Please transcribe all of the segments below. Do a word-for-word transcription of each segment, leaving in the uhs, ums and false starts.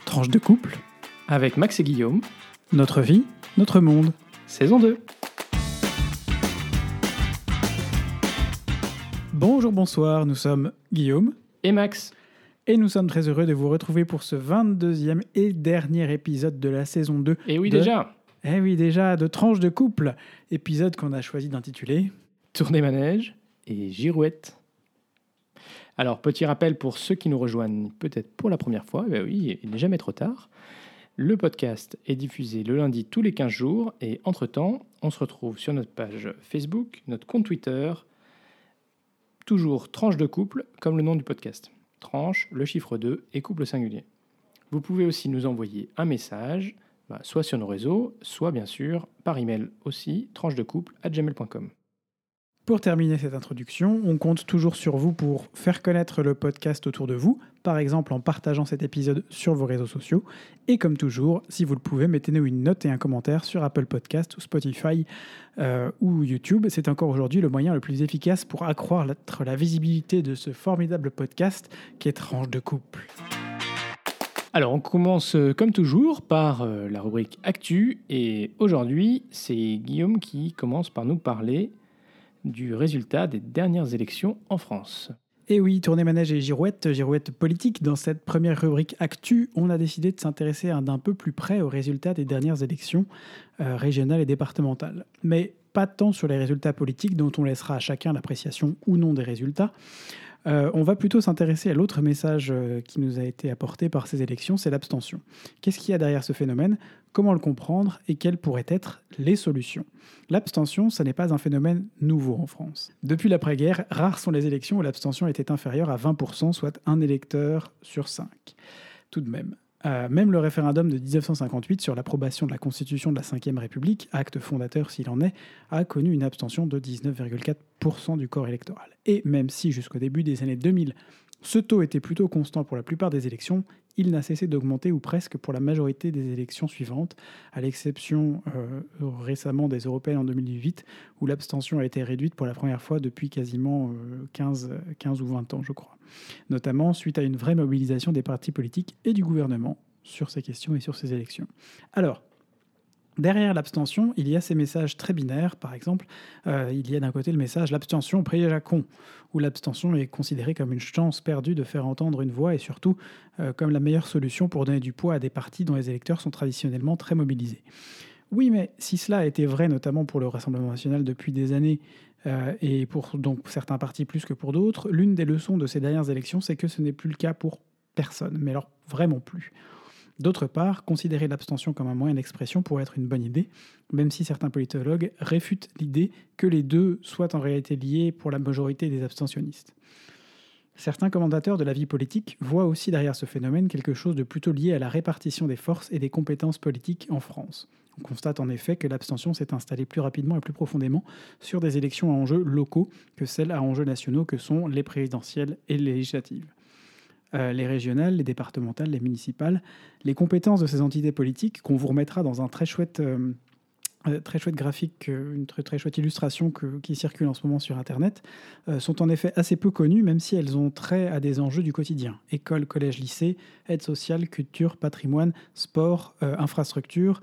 Tranche de couple, avec Max et Guillaume, notre vie, notre monde, saison deux. Bonjour, bonsoir, nous sommes Guillaume et Max. Et nous sommes très heureux de vous retrouver pour ce vingt-deuxième et dernier épisode de la saison deux. Et oui, de... déjà Eh oui, déjà, de Tranche de couple, épisode qu'on a choisi d'intituler Tournée manège et girouette. Alors, petit rappel pour ceux qui nous rejoignent peut-être pour la première fois, eh bien oui, il n'est jamais trop tard. Le podcast est diffusé le lundi tous les quinze jours et entre-temps, on se retrouve sur notre page Facebook, notre compte Twitter, toujours Tranche de couple, comme le nom du podcast. Tranche, le chiffre deux et couple singulier. Vous pouvez aussi nous envoyer un message, bah, soit sur nos réseaux, soit bien sûr par email aussi, tranchedecouple arobase gmail point com. Pour terminer cette introduction, on compte toujours sur vous pour faire connaître le podcast autour de vous, par exemple en partageant cet épisode sur vos réseaux sociaux. Et comme toujours, si vous le pouvez, mettez-nous une note et un commentaire sur Apple Podcast ou Spotify euh, ou YouTube. C'est encore aujourd'hui le moyen le plus efficace pour accroître la visibilité de ce formidable podcast qui est Tranche de couple. Alors, on commence euh, comme toujours par euh, la rubrique Actu. Et aujourd'hui, c'est Guillaume qui commence par nous parler du résultat des dernières élections en France. Et oui, tournée manège et girouette, girouette politique. Dans cette première rubrique Actu, on a décidé de s'intéresser d'un peu plus près aux résultats des dernières élections euh, régionales et départementales. Mais pas tant sur les résultats politiques, dont on laissera à chacun l'appréciation ou non des résultats. Euh, on va plutôt s'intéresser à l'autre message euh, qui nous a été apporté par ces élections, c'est l'abstention. Qu'est-ce qu'il y a derrière ce phénomène ? Comment le comprendre et quelles pourraient être les solutions ? L'abstention, ce n'est pas un phénomène nouveau en France. Depuis l'après-guerre, rares sont les élections où l'abstention était inférieure à vingt pour cent, soit un électeur sur cinq. Tout de même. Euh, même le référendum de dix-neuf cent cinquante-huit sur l'approbation de la Constitution de la cinquième République, acte fondateur s'il en est, a connu une abstention de dix-neuf virgule quatre pour cent du corps électoral. Et même si jusqu'au début des années deux mille, ce taux était plutôt constant pour la plupart des élections, il n'a cessé d'augmenter ou presque pour la majorité des élections suivantes, à l'exception euh, récemment des européennes en deux mille dix-huit, où l'abstention a été réduite pour la première fois depuis quasiment euh, quinze, quinze ou vingt ans, je crois. Notamment suite à une vraie mobilisation des partis politiques et du gouvernement sur ces questions et sur ces élections. Alors, derrière l'abstention, il y a ces messages très binaires. Par exemple, euh, il y a d'un côté le message « l'abstention piège à con », où l'abstention est considérée comme une chance perdue de faire entendre une voix et surtout euh, comme la meilleure solution pour donner du poids à des partis dont les électeurs sont traditionnellement très mobilisés. Oui, mais si cela a été vrai, notamment pour le Rassemblement national depuis des années, euh, et pour donc certains partis plus que pour d'autres, l'une des leçons de ces dernières élections, c'est que ce n'est plus le cas pour personne, mais alors vraiment plus. D'autre part, considérer l'abstention comme un moyen d'expression pourrait être une bonne idée, même si certains politologues réfutent l'idée que les deux soient en réalité liés pour la majorité des abstentionnistes. Certains commentateurs de la vie politique voient aussi derrière ce phénomène quelque chose de plutôt lié à la répartition des forces et des compétences politiques en France. On constate en effet que l'abstention s'est installée plus rapidement et plus profondément sur des élections à enjeux locaux que celles à enjeux nationaux que sont les présidentielles et les législatives. Euh, les régionales, les départementales, les municipales, les compétences de ces entités politiques, qu'on vous remettra dans un très chouette, euh, euh, très chouette graphique, euh, une très, très chouette illustration que, qui circule en ce moment sur Internet, euh, sont en effet assez peu connues, même si elles ont trait à des enjeux du quotidien. École, collège, lycée, aide sociale, culture, patrimoine, sport, euh, infrastructure,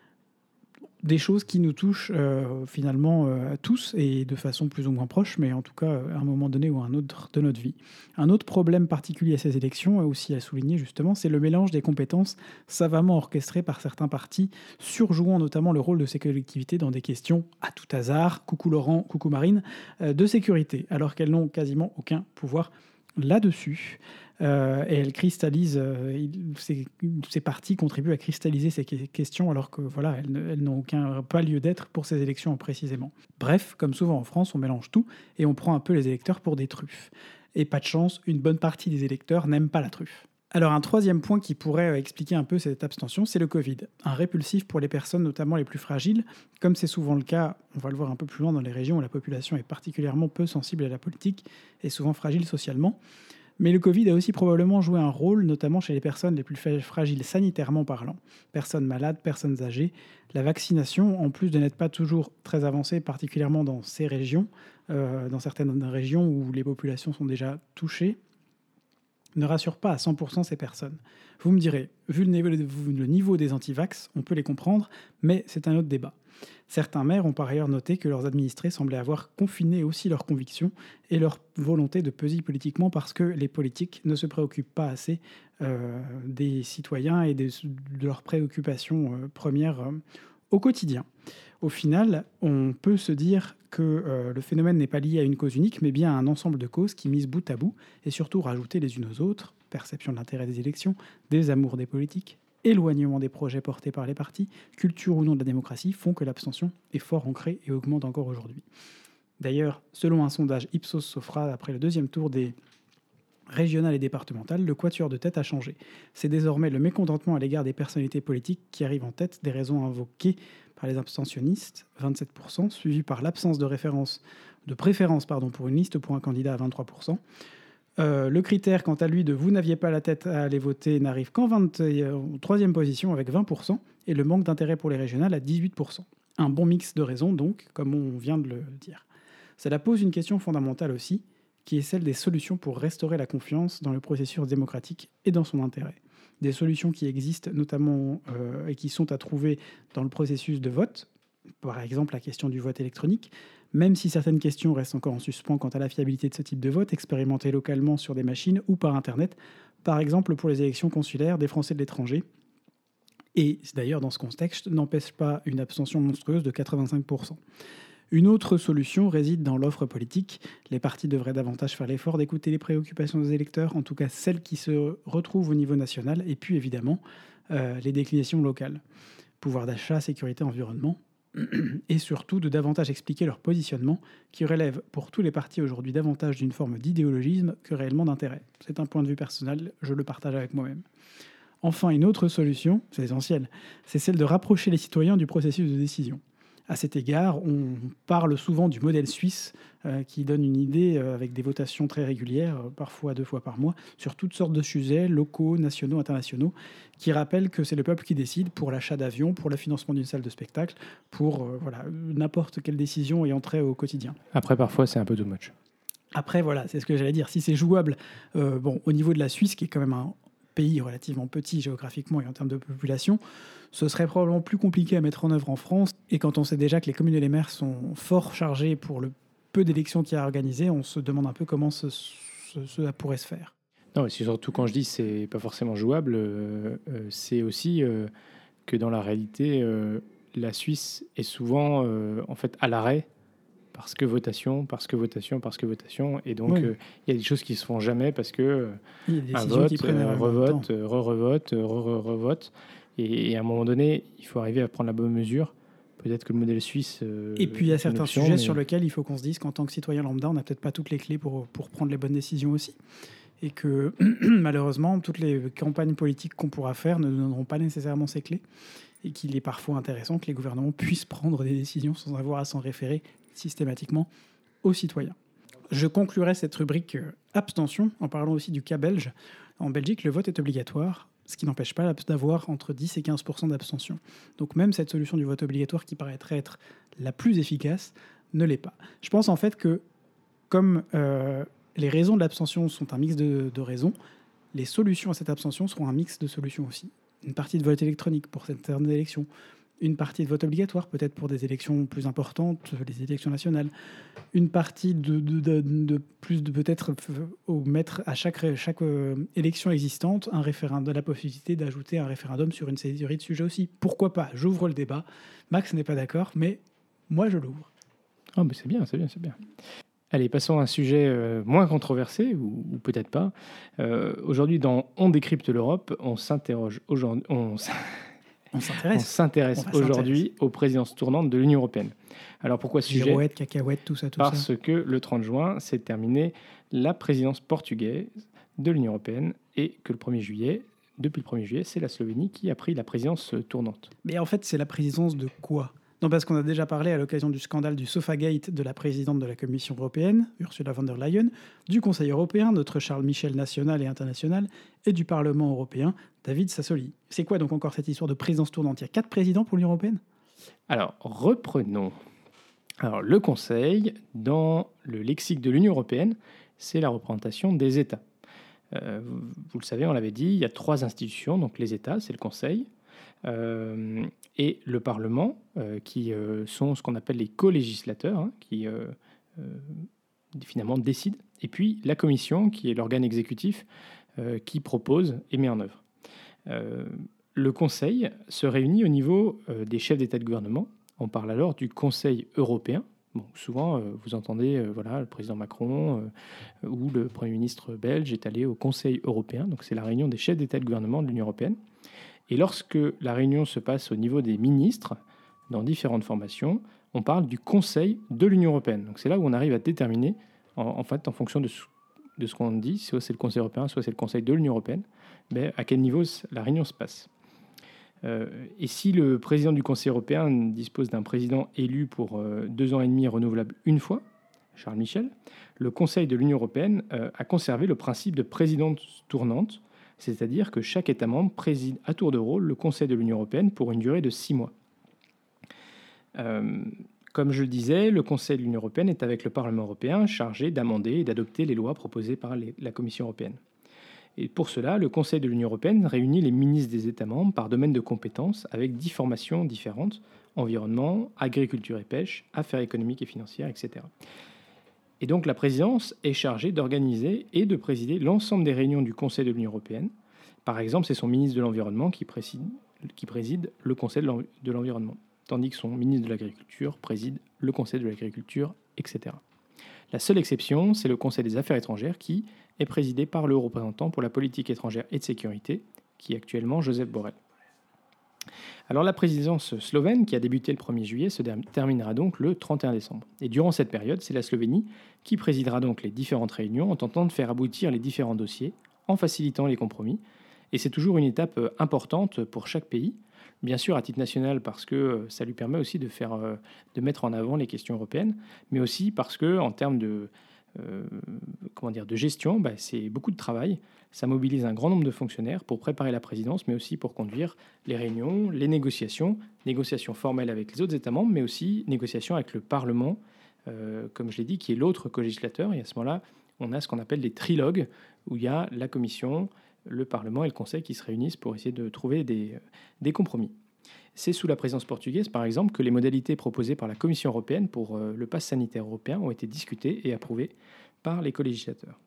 des choses qui nous touchent euh, finalement euh, tous et de façon plus ou moins proche, mais en tout cas à un moment donné ou à un autre de notre vie. Un autre problème particulier à ces élections, aussi à souligner justement, c'est le mélange des compétences savamment orchestrées par certains partis, surjouant notamment le rôle de ces collectivités dans des questions à tout hasard, coucou Laurent, coucou Marine, euh, de sécurité, alors qu'elles n'ont quasiment aucun pouvoir là-dessus. Euh, et elle cristallise, euh, ces, ces partis contribuent à cristalliser ces questions alors que voilà, elles, elles n'ont aucun pas lieu d'être pour ces élections précisément. Bref, comme souvent en France, on mélange tout et on prend un peu les électeurs pour des truffes. Et pas de chance, une bonne partie des électeurs n'aiment pas la truffe. Alors un troisième point qui pourrait expliquer un peu cette abstention, c'est le Covid. Un répulsif pour les personnes notamment les plus fragiles, comme c'est souvent le cas, on va le voir un peu plus loin dans les régions où la population est particulièrement peu sensible à la politique et souvent fragile socialement. Mais le Covid a aussi probablement joué un rôle, notamment chez les personnes les plus fragiles sanitairement parlant. Personnes malades, personnes âgées. La vaccination, en plus de n'être pas toujours très avancée, particulièrement dans ces régions, euh, dans certaines régions où les populations sont déjà touchées, ne rassure pas à cent pour cent ces personnes. Vous me direz, vu le niveau, le niveau des antivax, on peut les comprendre, mais c'est un autre débat. Certains maires ont par ailleurs noté que leurs administrés semblaient avoir confiné aussi leurs convictions et leur volonté de peser politiquement parce que les politiques ne se préoccupent pas assez euh, des citoyens et des, de leurs préoccupations euh, premières euh, au quotidien. Au final, on peut se dire que euh, le phénomène n'est pas lié à une cause unique, mais bien à un ensemble de causes qui misent bout à bout et surtout rajoutées les unes aux autres, perception de l'intérêt des élections, désamour des politiques, éloignement des projets portés par les partis, culture ou non de la démocratie, font que l'abstention est fort ancrée et augmente encore aujourd'hui. D'ailleurs, selon un sondage Ipsos Sofra, après le deuxième tour des régionales et départementales, le quatuor de tête a changé. C'est désormais le mécontentement à l'égard des personnalités politiques qui arrive en tête des raisons invoquées par les abstentionnistes, vingt-sept pour cent, suivi par l'absence de, référence, de préférence pardon, pour une liste pour un candidat à vingt-trois pour cent. Euh, le critère, quant à lui, de « vous n'aviez pas la tête à aller voter » n'arrive qu'en vingt-troisième position avec vingt pour cent et le manque d'intérêt pour les régionales à dix-huit pour cent. Un bon mix de raisons, donc, comme on vient de le dire. Cela pose une question fondamentale aussi, qui est celle des solutions pour restaurer la confiance dans le processus démocratique et dans son intérêt. Des solutions qui existent notamment euh, et qui sont à trouver dans le processus de vote, par exemple la question du vote électronique, même si certaines questions restent encore en suspens quant à la fiabilité de ce type de vote, expérimenté localement sur des machines ou par Internet, par exemple pour les élections consulaires des Français de l'étranger. Et d'ailleurs, dans ce contexte, n'empêche pas une abstention monstrueuse de quatre-vingt-cinq pour cent. Une autre solution réside dans l'offre politique. Les partis devraient davantage faire l'effort d'écouter les préoccupations des électeurs, en tout cas celles qui se retrouvent au niveau national, et puis évidemment euh, les déclinations locales. Pouvoir d'achat, sécurité, environnement, et surtout de davantage expliquer leur positionnement, qui relève pour tous les partis aujourd'hui davantage d'une forme d'idéologisme que réellement d'intérêt. C'est un point de vue personnel, je le partage avec moi-même. Enfin, une autre solution, c'est essentiel, c'est celle de rapprocher les citoyens du processus de décision. À cet égard, on parle souvent du modèle suisse euh, qui donne une idée euh, avec des votations très régulières, euh, parfois deux fois par mois, sur toutes sortes de sujets locaux, nationaux, internationaux, qui rappellent que c'est le peuple qui décide pour l'achat d'avions, pour le financement d'une salle de spectacle, pour euh, voilà, n'importe quelle décision ayant trait au quotidien. Après, parfois, c'est un peu too much. Après, voilà, c'est ce que j'allais dire. Si c'est jouable, euh, bon, au niveau de la Suisse, qui est quand même un pays relativement petit géographiquement et en termes de population, ce serait probablement plus compliqué à mettre en œuvre en France. Et quand on sait déjà que les communes et les maires sont fort chargés pour le peu d'élections qu'il y a à organiser, on se demande un peu comment ce, ce, cela pourrait se faire. Non, c'est surtout quand je dis que c'est pas forcément jouable, euh, euh, c'est aussi euh, que dans la réalité, euh, la Suisse est souvent euh, en fait à l'arrêt parce que votation, parce que votation, parce que votation, et donc il oui. euh, y a des choses qui se font jamais parce que euh, un vote, euh, revote, euh, re-revote, euh, re-revote, et, et à un moment donné, il faut arriver à prendre la bonne mesure. Peut-être que le modèle suisse. Euh, et puis il y a certains option, sujets mais... sur lesquels il faut qu'on se dise qu'en tant que citoyen lambda, on n'a peut-être pas toutes les clés pour, pour prendre les bonnes décisions aussi. Et que malheureusement, toutes les campagnes politiques qu'on pourra faire ne nous donneront pas nécessairement ces clés. Et qu'il est parfois intéressant que les gouvernements puissent prendre des décisions sans avoir à s'en référer systématiquement aux citoyens. Je conclurai cette rubrique euh, abstention en parlant aussi du cas belge. En Belgique, le vote est obligatoire, ce qui n'empêche pas d'avoir entre dix et quinze pour cent d'abstention. Donc même cette solution du vote obligatoire qui paraîtrait être la plus efficace ne l'est pas. Je pense en fait que comme euh, les raisons de l'abstention sont un mix de, de raisons, les solutions à cette abstention seront un mix de solutions aussi. Une partie de vote électronique pour certaines élections, une partie de vote obligatoire, peut-être pour des élections plus importantes, les élections nationales, une partie de, de, de, de plus de peut-être au mettre à chaque, chaque euh, élection existante un référendum, la possibilité d'ajouter un référendum sur une série de sujets aussi. Pourquoi pas ? J'ouvre le débat. Max n'est pas d'accord, mais moi je l'ouvre. Oh, mais c'est bien, c'est bien, c'est bien. Allez, passons à un sujet euh, moins controversé, ou, ou peut-être pas. Euh, aujourd'hui, dans On décrypte l'Europe, on s'interroge aujourd'hui... On... On s'intéresse, on s'intéresse on aujourd'hui aux présidences tournantes de l'Union européenne. Alors pourquoi ce sujet ? Girouette, cacahuètes, tout ça, tout Parce ça. Parce que le trente juin s'est terminée la présidence portugaise de l'Union européenne et que le premier juillet, depuis le premier juillet, c'est la Slovénie qui a pris la présidence tournante. Mais en fait, c'est la présidence de quoi ? Non, parce qu'on a déjà parlé à l'occasion du scandale du Sofagate de la présidente de la Commission européenne, Ursula von der Leyen, du Conseil européen, notre Charles Michel national et international, et du Parlement européen, David Sassoli. C'est quoi donc encore cette histoire de présidence tournante ? Il y a quatre présidents pour l'Union européenne ? Alors, reprenons. Alors, le Conseil, dans le lexique de l'Union européenne, c'est la représentation des États. Euh, vous, vous le savez, on l'avait dit, il y a trois institutions, donc les États, c'est le Conseil, euh, et le Parlement, euh, qui euh, sont ce qu'on appelle les co-législateurs, hein, qui euh, euh, finalement décident, et puis la Commission, qui est l'organe exécutif, euh, qui propose et met en œuvre. Euh, le Conseil se réunit au niveau euh, des chefs d'État et de gouvernement. On parle alors du Conseil européen. Bon, souvent, euh, vous entendez euh, voilà, le président Macron euh, ou le Premier ministre belge est allé au Conseil européen. Donc, c'est la réunion des chefs d'État et de gouvernement de l'Union européenne. Et lorsque la réunion se passe au niveau des ministres, dans différentes formations, on parle du Conseil de l'Union européenne. Donc, c'est là où on arrive à déterminer, en, en fait, en fonction de ce, de ce qu'on dit, soit c'est le Conseil européen, soit c'est le Conseil de l'Union européenne, mais à quel niveau la réunion se passe. Euh, et si le président du Conseil européen dispose d'un président élu pour euh, deux ans et demi renouvelable une fois, Charles Michel, le Conseil de l'Union européenne euh, a conservé le principe de présidence tournante, c'est-à-dire que chaque État membre préside à tour de rôle le Conseil de l'Union européenne pour une durée de six mois. Euh, comme je le disais, le Conseil de l'Union européenne est avec le Parlement européen chargé d'amender et d'adopter les lois proposées par les, la Commission européenne. Et pour cela, le Conseil de l'Union européenne réunit les ministres des États membres par domaine de compétences avec dix formations différentes, environnement, agriculture et pêche, affaires économiques et financières, et cetera. Et donc la présidence est chargée d'organiser et de présider l'ensemble des réunions du Conseil de l'Union européenne. Par exemple, c'est son ministre de l'Environnement qui préside, qui préside le Conseil de l'Environnement, tandis que son ministre de l'Agriculture préside le Conseil de l'Agriculture, et cetera. La seule exception, c'est le Conseil des Affaires étrangères qui est présidé par le représentant pour la politique étrangère et de sécurité, qui est actuellement Josep Borrell. Alors la présidence slovène, qui a débuté le premier juillet, se terminera donc le trente et un décembre. Et durant cette période, c'est la Slovénie qui présidera donc les différentes réunions en tentant de faire aboutir les différents dossiers, en facilitant les compromis. Et c'est toujours une étape importante pour chaque pays, bien sûr à titre national parce que ça lui permet aussi de, faire, de mettre en avant les questions européennes, mais aussi parce que en termes de, euh, comment dire, de gestion, bah, c'est beaucoup de travail. Ça mobilise un grand nombre de fonctionnaires pour préparer la présidence, mais aussi pour conduire les réunions, les négociations, négociations formelles avec les autres États membres, mais aussi négociations avec le Parlement, euh, comme je l'ai dit, qui est l'autre co-législateur. Et à ce moment-là, on a ce qu'on appelle des trilogues, où il y a la Commission, le Parlement et le Conseil qui se réunissent pour essayer de trouver des, des compromis. C'est sous la présidence portugaise, par exemple, que les modalités proposées par la Commission européenne pour euh, le pass sanitaire européen ont été discutées et approuvées par les co-législateurs.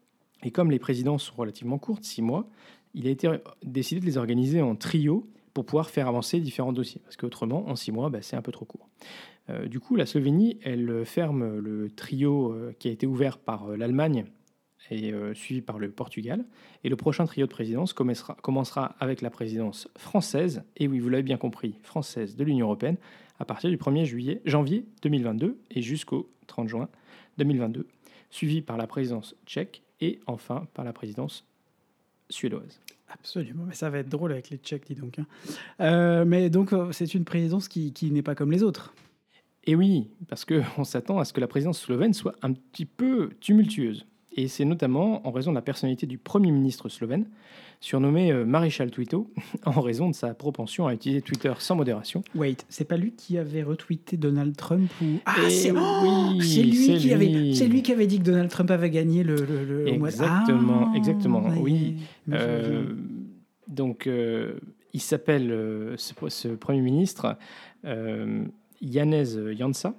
Et comme les présidences sont relativement courtes, six mois, il a été décidé de les organiser en trio pour pouvoir faire avancer différents dossiers. Parce qu'autrement, en six mois, bah, c'est un peu trop court. Euh, du coup, la Slovénie, elle ferme le trio euh, qui a été ouvert par euh, l'Allemagne et euh, suivi par le Portugal. Et le prochain trio de présidence commencera, commencera avec la présidence française, et oui, vous l'avez bien compris, française de l'Union européenne, à partir du premier juillet, janvier deux mille vingt-deux et jusqu'au trente juin deux mille vingt-deux, suivi par la présidence tchèque et enfin par la présidence suédoise. Absolument, mais ça va être drôle avec les Tchèques, dis donc. Hein. Euh, mais donc, c'est une présidence qui, qui n'est pas comme les autres. Et oui, parce qu'on s'attend à ce que la présidence slovène soit un petit peu tumultueuse. Et c'est notamment en raison de la personnalité du Premier ministre slovène, surnommé euh, Maréchal Twitter, en raison de sa propension à utiliser Twitter sans modération. Wait, c'est pas lui qui avait retweeté Donald Trump ou... Ah, c'est, oh, oui, c'est, lui c'est, qui lui. Avait, c'est lui qui avait dit que Donald Trump avait gagné le, le, le exactement, mois de... ah, exactement, ouais, oui. ouais, euh, donc, euh, il s'appelle, euh, ce, ce Premier ministre, euh, Janez Janša.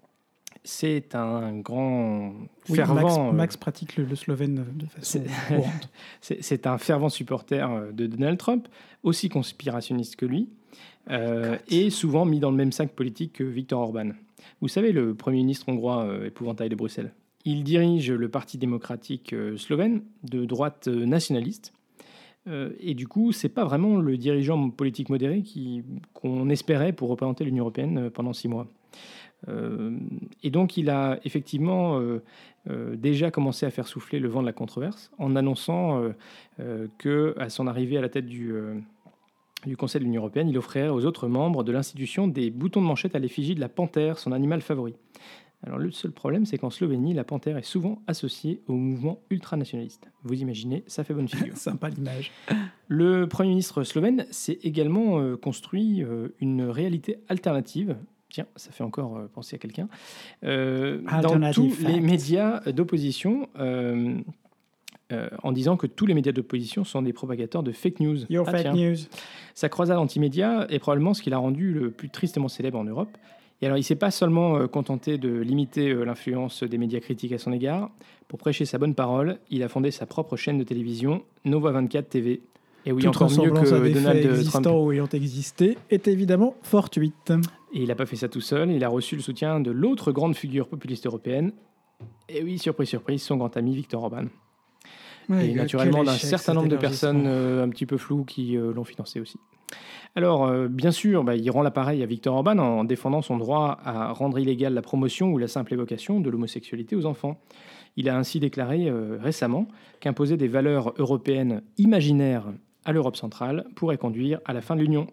C'est un grand oui, fervent... Max, Max pratique le, le slovène de façon courante. c'est, c'est un fervent supporter de Donald Trump, aussi conspirationniste que lui, euh, et souvent mis dans le même sac politique que Viktor Orban. Vous savez, le Premier ministre hongrois euh, épouvantail de Bruxelles. Il dirige le Parti démocratique euh, slovène, de droite euh, nationaliste, euh, et du coup, c'est pas vraiment le dirigeant politique modéré qui, qu'on espérait pour représenter l'Union européenne pendant six mois. Euh, et donc, il a effectivement euh, euh, déjà commencé à faire souffler le vent de la controverse en annonçant euh, euh, qu'à son arrivée à la tête du, euh, du Conseil de l'Union européenne, il offrirait aux autres membres de l'institution des boutons de manchette à l'effigie de la panthère, son animal favori. Alors, le seul problème, c'est qu'en Slovénie, la panthère est souvent associée au mouvement ultranationaliste. Vous imaginez, ça fait bonne figure. Sympa l'image. Le Premier ministre slovène s'est également euh, construit euh, une réalité alternative. Tiens, ça fait encore euh, penser à quelqu'un. Euh, dans tous fact. les médias d'opposition, euh, euh, en disant que tous les médias d'opposition sont des propagateurs de fake news. Your Ah, fake tiens. news. Sa croisade anti-médias est probablement ce qui l'a rendu le plus tristement célèbre en Europe. Et alors, il ne s'est pas seulement euh, contenté de limiter euh, l'influence des médias critiques à son égard. Pour prêcher sa bonne parole, il a fondé sa propre chaîne de télévision, Nova vingt-quatre T V. Et oui, Toute encore mieux ressemblance à que des Donald faits Trump. existants ou ayant existé est évidemment fortuite. Et il n'a pas fait ça tout seul, il a reçu le soutien de l'autre grande figure populiste européenne. Et oui, surprise, surprise, son grand ami Viktor Orban. Ouais, Et quel naturellement d'un échec, certain cet nombre de élargissement. personnes euh, un petit peu floues qui euh, l'ont financé aussi. Alors, euh, bien sûr, bah, il rend l'appareil à Viktor Orban en défendant son droit à rendre illégale la promotion ou la simple évocation de l'homosexualité aux enfants. Il a ainsi déclaré euh, récemment qu'imposer des valeurs européennes imaginaires à l'Europe centrale pourrait conduire à la fin de l'Union.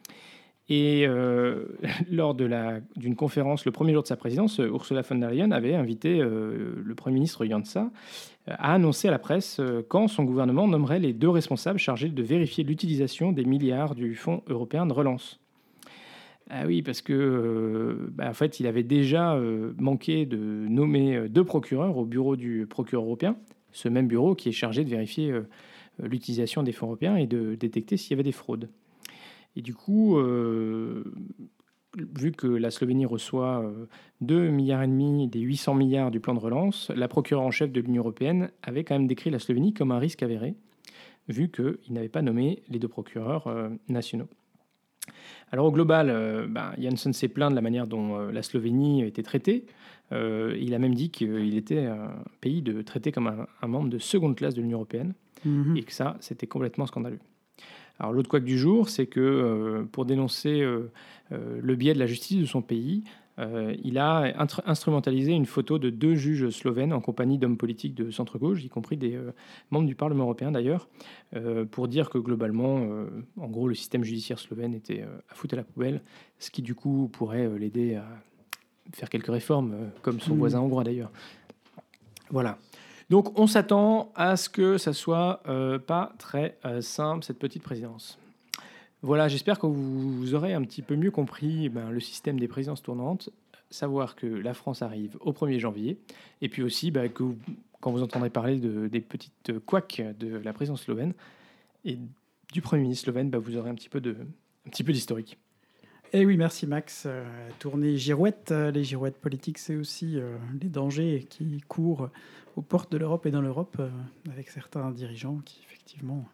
Et euh, lors de la, d'une conférence le premier jour de sa présidence, Ursula von der Leyen avait invité euh, le Premier ministre Janša à annoncer à la presse euh, quand son gouvernement nommerait les deux responsables chargés de vérifier l'utilisation des milliards du Fonds européen de relance. Ah oui, parce que euh, bah, en fait, il avait déjà euh, manqué de nommer deux procureurs au bureau du procureur européen, ce même bureau qui est chargé de vérifier euh, l'utilisation des fonds européens et de détecter s'il y avait des fraudes. Et du coup, euh, vu que la Slovénie reçoit euh, deux milliards et demi des huit cents milliards du plan de relance, la procureure en chef de l'Union européenne avait quand même décrit la Slovénie comme un risque avéré, vu qu'il n'avait pas nommé les deux procureurs euh, nationaux. Alors au global, euh, ben, Janssen s'est plaint de la manière dont euh, la Slovénie était traitée. Euh, il a même dit qu'il était un pays de, traité comme un, un membre de seconde classe de l'Union européenne, Mhm. et que ça, c'était complètement scandaleux. Alors l'autre couac du jour, c'est que euh, pour dénoncer euh, euh, le biais de la justice de son pays, euh, il a intr- instrumentalisé une photo de deux juges slovènes en compagnie d'hommes politiques de centre-gauche, y compris des euh, membres du Parlement européen d'ailleurs, euh, pour dire que globalement, euh, en gros, le système judiciaire slovène était euh, à foutre à la poubelle, ce qui du coup pourrait euh, l'aider à faire quelques réformes, euh, comme son Mmh. voisin hongrois d'ailleurs. Voilà. Donc on s'attend à ce que ça soit euh, pas très euh, simple, cette petite présidence. Voilà, j'espère que vous, vous aurez un petit peu mieux compris ben, le système des présidences tournantes, savoir que la France arrive au premier janvier, et puis aussi ben, que vous- quand vous entendrez parler de, des petites couacs de la présidence slovène et du Premier ministre slovène, ben, vous aurez un petit peu de, un petit peu d'historique. Eh oui, merci Max. Euh, tourner girouette, euh, les girouettes politiques, c'est aussi euh, les dangers qui courent aux portes de l'Europe et dans l'Europe, euh, avec certains dirigeants qui, effectivement,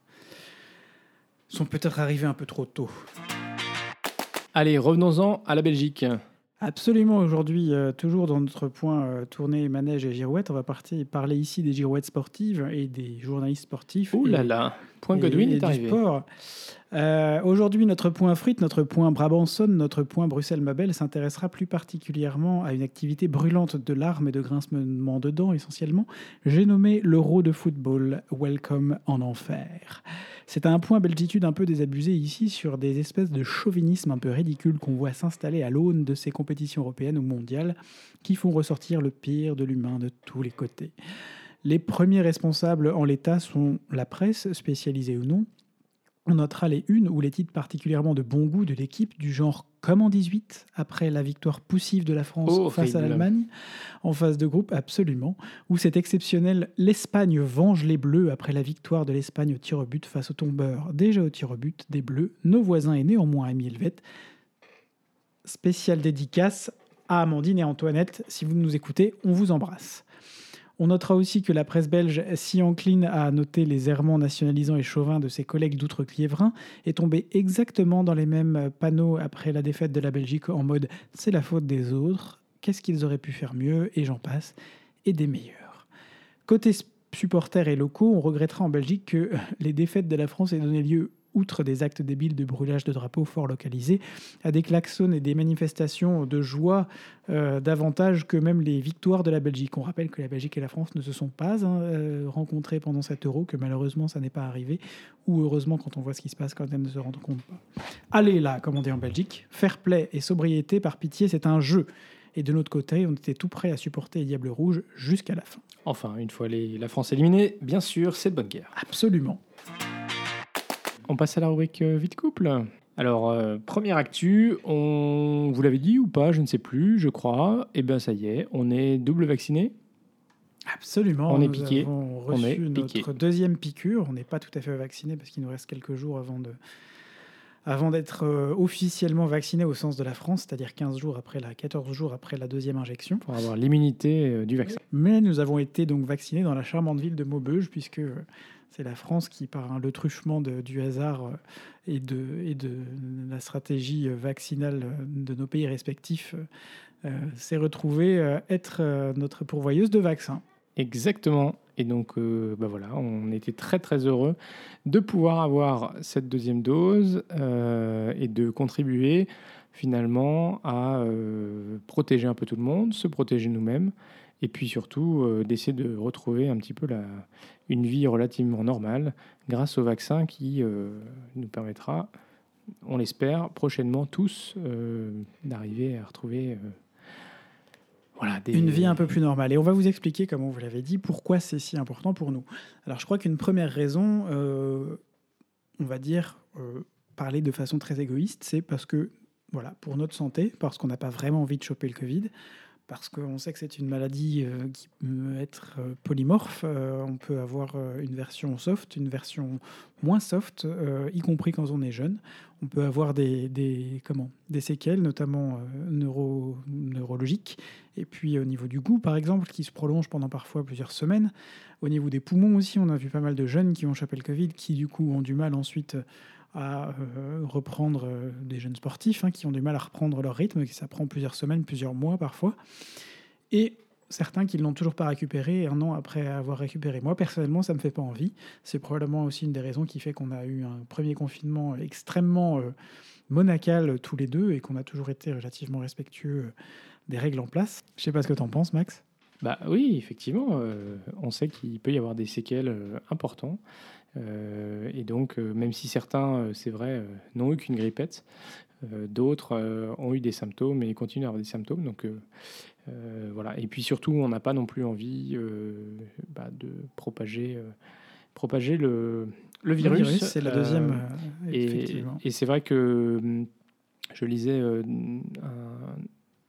sont peut-être arrivés un peu trop tôt. Allez, revenons-en à la Belgique. Absolument, aujourd'hui, euh, toujours dans notre point euh, tournée, manège et girouette, on va partir parler ici des girouettes sportives et des journalistes sportifs. Ouh et- là là, point et- Godwin et est du arrivé. sport. Euh, Aujourd'hui, notre point frite, notre point Brabançonne, notre point Bruxelles-Mabel s'intéressera plus particulièrement à une activité brûlante de larmes et de grincements de dents essentiellement. J'ai nommé l'Euro de football. Welcome en enfer. C'est un point belgitude un peu désabusé ici sur des espèces de chauvinisme un peu ridicule qu'on voit s'installer à l'aune de ces compétitions européennes ou mondiales qui font ressortir le pire de l'humain de tous les côtés. Les premiers responsables en l'état sont la presse, spécialisée ou non. On notera les unes ou les titres particulièrement de bon goût de l'équipe du genre comme en dix-huit, après la victoire poussive de la France Oh, face à horrible. l'Allemagne, en phase de groupe absolument, ou c'est exceptionnel, l'Espagne venge les Bleus après la victoire de l'Espagne au tir au but face aux tombeurs, déjà au tir au but des Bleus, nos voisins et néanmoins amis helvètes. Spéciale dédicace à Amandine et Antoinette, si vous nous écoutez, on vous embrasse. On notera aussi que la presse belge, si encline à noter les errements nationalisants et chauvins de ses collègues d'outre-Quiévrin, est tombée exactement dans les mêmes panneaux après la défaite de la Belgique en mode « c'est la faute des autres, qu'est-ce qu'ils auraient pu faire mieux ?» et j'en passe, et des meilleurs. Côté supporters et locaux, on regrettera en Belgique que les défaites de la France aient donné lieu, outre des actes débiles de brûlage de drapeaux fort localisés, à des klaxons et des manifestations de joie euh, davantage que même les victoires de la Belgique. On rappelle que la Belgique et la France ne se sont pas hein, euh, rencontrées pendant cet euro, que malheureusement ça n'est pas arrivé, ou heureusement quand on voit ce qui se passe quand elles ne se rendent compte pas. Allez là, comme on dit en Belgique, fair play et sobriété, par pitié, c'est un jeu. Et de notre côté, on était tout prêt à supporter les Diables Rouges jusqu'à la fin. Enfin, une fois les, la France éliminée, bien sûr, c'est de bonne guerre. Absolument. On passe à la rubrique euh, vie de couple. Alors, euh, première actu, on vous l'avez dit ou pas, je ne sais plus, je crois. Eh bien, ça y est, on est double vacciné. Absolument. On est nous piqué. avons On est reçu piqué. notre deuxième piqûre. On n'est pas tout à fait vacciné parce qu'il nous reste quelques jours avant de, avant d'être euh, officiellement vacciné au sens de la France, c'est-à-dire quinze jours après la, quatorze jours après la deuxième injection. Pour avoir l'immunité euh, du vaccin. Mais nous avons été donc vaccinés dans la charmante ville de Maubeuge, puisque euh, c'est la France qui, par un, le truchement de, du hasard euh, et, de, et de la stratégie euh, vaccinale euh, de nos pays respectifs, euh, s'est retrouvée euh, être euh, notre pourvoyeuse de vaccins. Exactement. Et donc, euh, bah voilà, on était très très heureux de pouvoir avoir cette deuxième dose euh, et de contribuer finalement à euh, protéger un peu tout le monde, se protéger nous-mêmes, et puis surtout euh, d'essayer de retrouver un petit peu la, une vie relativement normale grâce au vaccin qui euh, nous permettra, on l'espère, prochainement tous euh, d'arriver à retrouver... Euh, Voilà, des... Une vie un peu plus normale. Et on va vous expliquer, comme on vous l'avait dit, pourquoi c'est si important pour nous. Alors je crois qu'une première raison, euh, on va dire, euh, parler de façon très égoïste, c'est parce que, voilà, pour notre santé, parce qu'on n'a pas vraiment envie de choper le Covid, parce qu'on sait que c'est une maladie euh, qui peut être euh, polymorphe. Euh, on peut avoir euh, une version soft, une version moins soft, euh, y compris quand on est jeune. On peut avoir des, des, comment, des séquelles, notamment euh, neuro, neurologiques. Et puis au niveau du goût, par exemple, qui se prolonge pendant parfois plusieurs semaines. Au niveau des poumons aussi, on a vu pas mal de jeunes qui ont chopé le Covid, qui du coup ont du mal ensuite à euh, reprendre, euh, des jeunes sportifs hein, qui ont du mal à reprendre leur rythme, qui ça prend plusieurs semaines, plusieurs mois parfois, et certains qui ne l'ont toujours pas récupéré un an après avoir récupéré. Moi, personnellement, ça ne me fait pas envie. C'est probablement aussi une des raisons qui fait qu'on a eu un premier confinement extrêmement euh, monacal tous les deux et qu'on a toujours été relativement respectueux euh, des règles en place. Je ne sais pas ce que tu en penses, Max. Bah oui, effectivement, euh, on sait qu'il peut y avoir des séquelles euh, importantes. Euh, et donc, euh, même si certains, euh, c'est vrai, euh, n'ont eu qu'une grippette, euh, d'autres euh, ont eu des symptômes et continuent à avoir des symptômes. Donc, euh, euh, voilà. Et puis surtout, on n'a pas non plus envie euh, bah, de propager, euh, propager le, le virus. Le virus, c'est la deuxième, euh, et effectivement. et c'est vrai que hum, je lisais euh, un,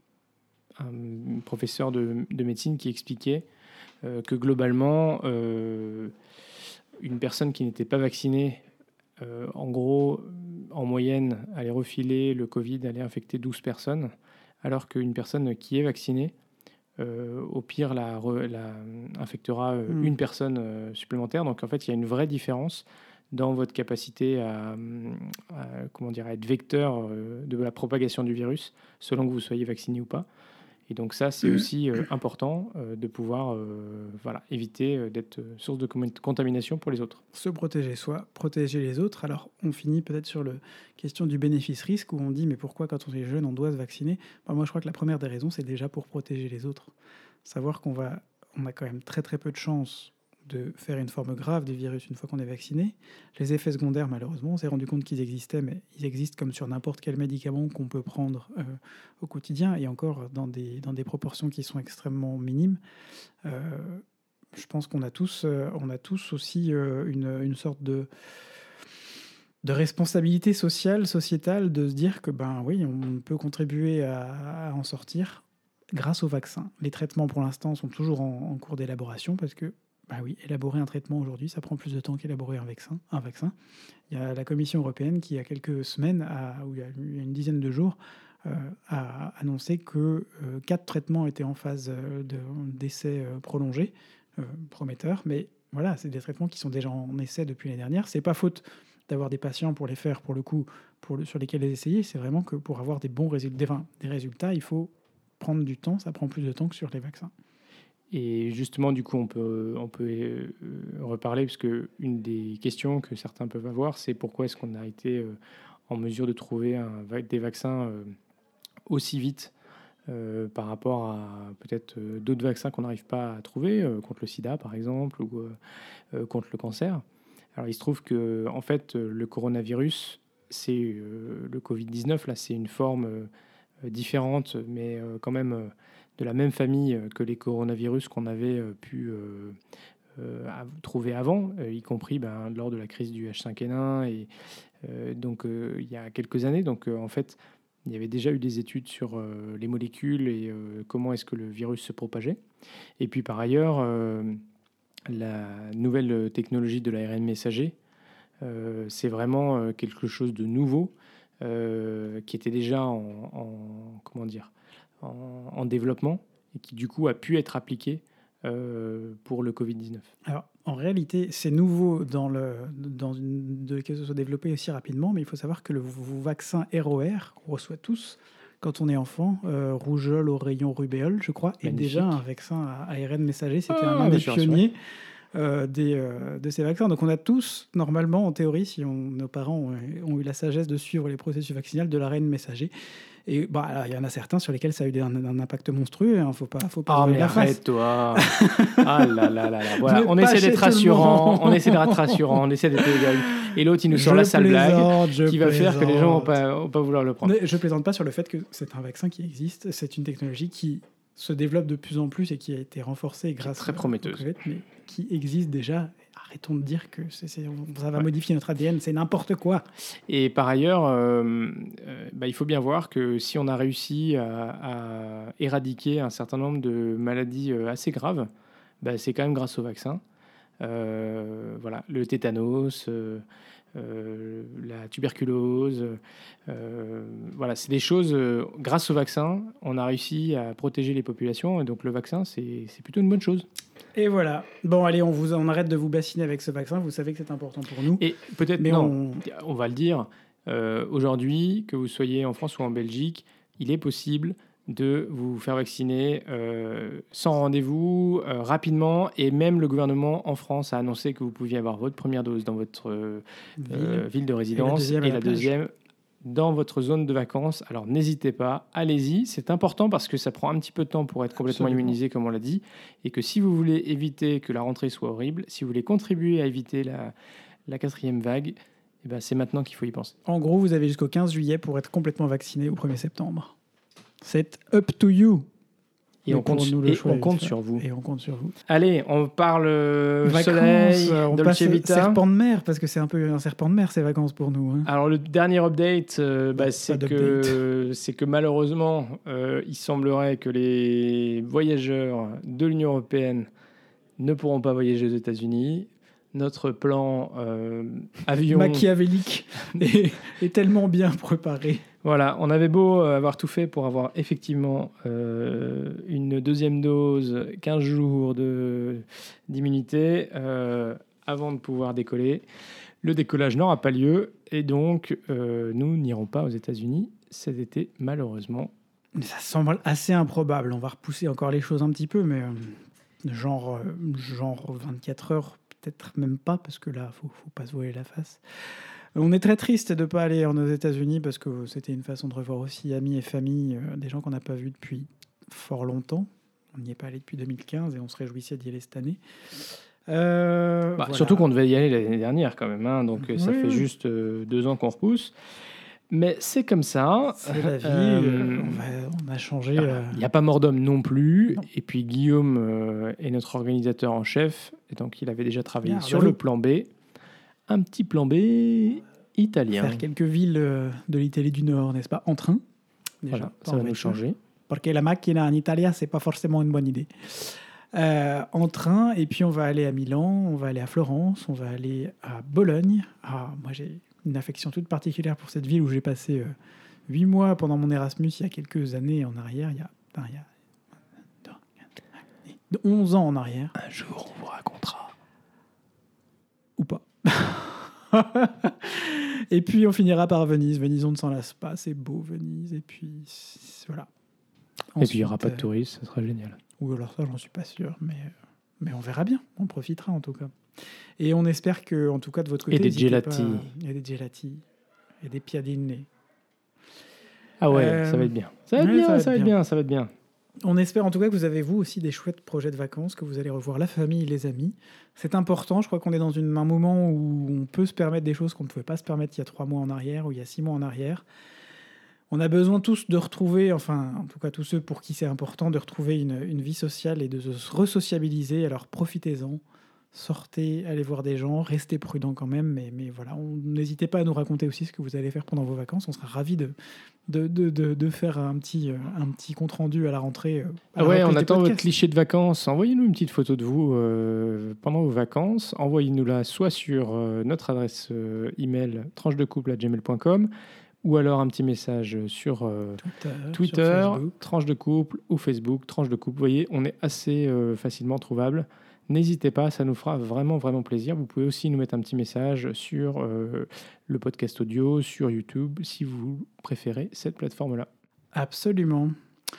un professeur de, de médecine qui expliquait euh, que globalement, euh, une personne qui n'était pas vaccinée, euh, en gros, en moyenne, allait refiler le Covid, allait infecter douze personnes, alors qu'une personne qui est vaccinée, euh, au pire, la, re, la infectera euh, Mm. une personne euh, supplémentaire. Donc en fait, il y a une vraie différence dans votre capacité à, à, comment dire, à être vecteur euh, de la propagation du virus, selon que vous soyez vacciné ou pas. Et donc ça, c'est aussi euh, important euh, de pouvoir euh, voilà, éviter euh, d'être source de contamination pour les autres. Se protéger soi, protéger les autres. Alors, on finit peut-être sur la question du bénéfice-risque, où on dit, mais pourquoi quand on est jeune, on doit se vacciner? Enfin, moi, je crois que la première des raisons, c'est déjà pour protéger les autres. Savoir qu'on va, on a quand même très très peu de chances de faire une forme grave du virus une fois qu'on est vacciné. Les effets secondaires, malheureusement, on s'est rendu compte qu'ils existaient, mais ils existent comme sur n'importe quel médicament qu'on peut prendre euh, au quotidien, et encore dans des, dans des proportions qui sont extrêmement minimes. Euh, je pense qu'on a tous, euh, on a tous aussi euh, une, une sorte de, de responsabilité sociale, sociétale, de se dire que ben oui, on peut contribuer à, à en sortir grâce au vaccin. Les traitements, pour l'instant, sont toujours en, en cours d'élaboration parce que, bah oui, élaborer un traitement aujourd'hui, ça prend plus de temps qu'élaborer un vaccin. Un vaccin. Il y a la Commission européenne qui, il y a quelques semaines, a, ou il y a une dizaine de jours, euh, a annoncé que euh, quatre traitements étaient en phase euh, de, d'essai euh, prolongé, euh, prometteur. Mais voilà, c'est des traitements qui sont déjà en essai depuis l'année dernière. C'est pas faute d'avoir des patients pour les faire, pour le coup, pour le, sur lesquels les essayer. C'est vraiment que pour avoir des bons résultats, des, enfin, des résultats, il faut prendre du temps. Ça prend plus de temps que sur les vaccins. Et justement, du coup, on peut, on peut euh, reparler, parce que une des questions que certains peuvent avoir, c'est pourquoi est-ce qu'on a été euh, en mesure de trouver un, des vaccins euh, aussi vite euh, par rapport à peut-être euh, d'autres vaccins qu'on n'arrive pas à trouver, euh, contre le sida par exemple, ou euh, contre le cancer. Alors il se trouve que en fait, le coronavirus, c'est euh, le covid dix-neuf, là, c'est une forme euh, différente, mais euh, quand même... Euh, de la même famille que les coronavirus qu'on avait pu euh, euh, trouver avant, euh, y compris ben, lors de la crise du H cinq N un et euh, donc euh, il y a quelques années. Donc euh, en fait, il y avait déjà eu des études sur euh, les molécules et euh, comment est-ce que le virus se propageait. Et puis par ailleurs, euh, la nouvelle technologie de l'A R N messager, euh, c'est vraiment euh, quelque chose de nouveau euh, qui était déjà en, en, comment dire, en, en développement et qui du coup a pu être appliqué euh, pour le covid dix-neuf. Alors, en réalité, c'est nouveau dans le, dans une, de, que ce soit développé aussi rapidement, mais il faut savoir que le v- vaccin R O R, qu'on reçoit tous quand on est enfant, euh, rougeole, oreillon, rubéole, je crois, est Magnifique. déjà un vaccin à A R N messager. C'était Ah, un, un des je suis rassuré. pionniers euh, des, euh, de ces vaccins. Donc, on a tous, normalement, en théorie, si on, nos parents ont, ont eu la sagesse de suivre les processus vaccinaux, de l'A R N messager. Et bah, alors, il y en a certains sur lesquels ça a eu un, un impact monstrueux. Il hein, ne faut pas, faut pas Ah, jouer mais la face. arrête-toi. Ah là là là là. Voilà, Mais on pas essaie chez d'être tout le rassurant, monde. on essaie d'être rassurant, on essaie d'être pédagogue. Et l'autre, il nous sort Je la sale blague plaisante, je qui va faire que les gens vont plaisante. pas, vont pas vouloir le prendre. Mais je plaisante pas sur le fait que c'est un vaccin qui existe, c'est une technologie qui se développe de plus en plus et qui a été renforcée grâce très à- prometteuse. au Covid, mais qui existe déjà. Arrêtons de dire que c'est, c'est- ça va Ouais. modifier notre A D N, c'est n'importe quoi. Et par ailleurs, euh, euh, bah, il faut bien voir que si on a réussi à, à éradiquer un certain nombre de maladies euh, assez graves, bah, c'est quand même grâce au vaccin. Euh, voilà, le tétanos, euh, euh, la tuberculose, euh, voilà, c'est des choses, euh, grâce au vaccin, on a réussi à protéger les populations, et donc le vaccin, c'est, c'est plutôt une bonne chose. Et voilà. Bon, allez, on, vous, on arrête de vous bassiner avec ce vaccin, vous savez que c'est important pour nous. Et peut-être, Mais non, on- on... va le dire, euh, aujourd'hui, que vous soyez en France ou en Belgique, il est possible de vous faire vacciner euh, sans rendez-vous, euh, rapidement, et même le gouvernement en France a annoncé que vous pouviez avoir votre première dose dans votre euh, Ville. euh, ville de résidence deuxième à et la la plage. deuxième dans votre zone de vacances. Alors n'hésitez pas, allez-y, c'est important parce que ça prend un petit peu de temps pour être complètement Absolument. immunisé, comme on l'a dit, et que si vous voulez éviter que la rentrée soit horrible, si vous voulez contribuer à éviter la, la quatrième vague, eh ben, c'est maintenant qu'il faut y penser. En gros, vous avez jusqu'au quinze juillet pour être complètement vacciné au premier septembre. C'est up to you. Et, Mais on compte, pour nous, le et choix on est compte fait. sur vous. Et on compte sur vous. Allez, on parle euh, Vacances, soleil, euh, on Dolce passe Vita. serpent de mer, parce que c'est un peu un serpent de mer ces vacances pour nous. hein. Alors le dernier update, euh, bah, Pas c'est, d'update. que, c'est que malheureusement, euh, il semblerait que les voyageurs de l'Union européenne ne pourront pas voyager aux États-Unis. Notre plan euh, avion... Machiavélique et, et tellement bien préparé. Voilà, on avait beau avoir tout fait pour avoir effectivement euh, une deuxième dose, quinze jours de, d'immunité euh, avant de pouvoir décoller. Le décollage n'aura pas lieu et donc euh, nous n'irons pas aux États-Unis cet été, malheureusement. Ça semble assez improbable. On va repousser encore les choses un petit peu, mais euh, genre, euh, genre vingt-quatre heures, peut-être même pas, parce que là, il faut, faut pas se voiler la face. On est très triste de ne pas aller aux États-Unis parce que c'était une façon de revoir aussi amis et famille, euh, des gens qu'on n'a pas vus depuis fort longtemps. On n'y est pas allé depuis deux mille quinze et on se réjouissait d'y aller cette année. Euh, Bah, voilà. Surtout qu'on devait y aller l'année dernière quand même, hein, donc ça Oui, fait oui. juste euh, deux ans qu'on repousse. Mais c'est comme ça. C'est la vie. Euh, euh, on, va- on a changé. euh, Il n'y a pas mort d'homme non plus. Non. Et puis Guillaume euh, est notre organisateur en chef. Et donc il avait déjà travaillé Bien, sur le- le plan B. Un petit plan B italien. faire quelques villes euh, de l'Italie du Nord, n'est-ce pas, en train. Déjà, Voilà, pas ça en va nous voiture. changer. Parce que la macchina en Italie, c'est pas forcément une bonne idée. Euh, en train, et puis on va aller à Milan, on va aller à Florence, on va aller à Bologne. Ah, moi, j'ai une affection toute particulière pour cette ville où j'ai passé huit mois pendant mon Erasmus il y a quelques années en arrière. Il y a, enfin, il y a onze ans en arrière. Un jour, on vous racontera. Ou pas. Et puis on finira par Venise. Venise, on ne s'en lasse pas. C'est beau, Venise. Et puis c'est- voilà. Et puis il n'y aura Ensuite, pas de euh, touristes, ça sera génial. Ou alors ça, j'en suis pas sûr. Mais, euh, mais on verra bien. On profitera en tout cas. Et on espère que, en tout cas, de votre côté, Et des n'hésitez gelati. pas- Il y a des gelati. Et des piadine. Ah ouais, Euh, ça va être bien. Ça va être ouais, bien, ça va ça va être être bien, ça va être bien. On espère en tout cas que vous avez, vous aussi, des chouettes projets de vacances, que vous allez revoir la famille et les amis. C'est important. Je crois qu'on est dans une, un moment où on peut se permettre des choses qu'on ne pouvait pas se permettre il y a trois mois en arrière ou il y a six mois en arrière. On a besoin tous de retrouver, enfin, en tout cas tous ceux pour qui c'est important, de retrouver une, une vie sociale et de se resociabiliser. Alors profitez-en. sortez, allez voir des gens, restez prudents quand même, mais, mais voilà, on- n'hésitez pas à nous raconter aussi ce que vous allez faire pendant vos vacances. On sera ravis de, de, de, de, de faire un petit, euh, un petit compte-rendu à la rentrée. euh, à Ah la ouais, reprise on des attend votre podcasts. cliché de vacances. Envoyez-nous une petite photo de vous euh, pendant vos vacances. Envoyez-nous-la soit sur euh, notre adresse euh, email tranche de couple arobase gmail point com ou alors un petit message sur euh, Twitter, Twitter, sur Facebook. tranche de couple ou Facebook, tranche de couple. Vous voyez, on est assez euh, facilement trouvable. N'hésitez pas, ça nous fera vraiment, vraiment plaisir. Vous pouvez aussi nous mettre un petit message sur euh, le podcast audio, sur YouTube, si vous préférez cette plateforme-là. Absolument.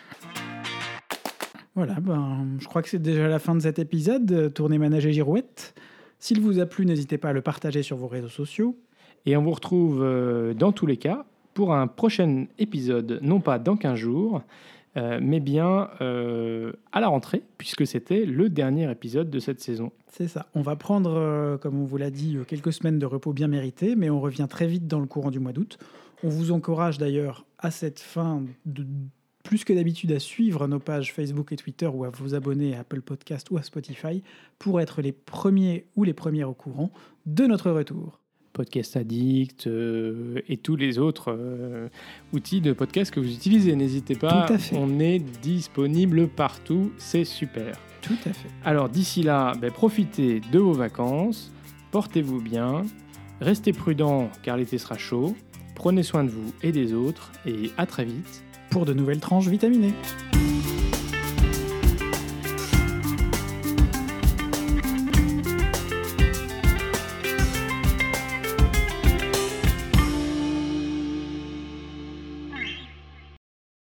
Voilà, ben, je crois que c'est déjà la fin de cet épisode. euh, Tournez Manège et Girouette. S'il vous a plu, n'hésitez pas à le partager sur vos réseaux sociaux. Et on vous retrouve euh, dans tous les cas pour un prochain épisode, non pas dans quinze jours, euh, mais bien euh, à la rentrée, puisque c'était le dernier épisode de cette saison. C'est ça. On va prendre, euh, comme on vous l'a dit, euh, quelques semaines de repos bien méritées, mais on revient très vite dans le courant du mois d'août. On vous encourage d'ailleurs à cette fin, de, plus que d'habitude, à suivre nos pages Facebook et Twitter ou à vous abonner à Apple Podcast ou à Spotify pour être les premiers ou les premières au courant de notre retour. Podcast Addict euh, et tous les autres euh, outils de podcast que vous utilisez. N'hésitez pas, Tout à fait. on est disponible partout, c'est super. Tout à fait. Alors d'ici là, ben, profitez de vos vacances, portez-vous bien, restez prudents car l'été sera chaud, prenez soin de vous et des autres et à très vite. Pour de nouvelles tranches vitaminées.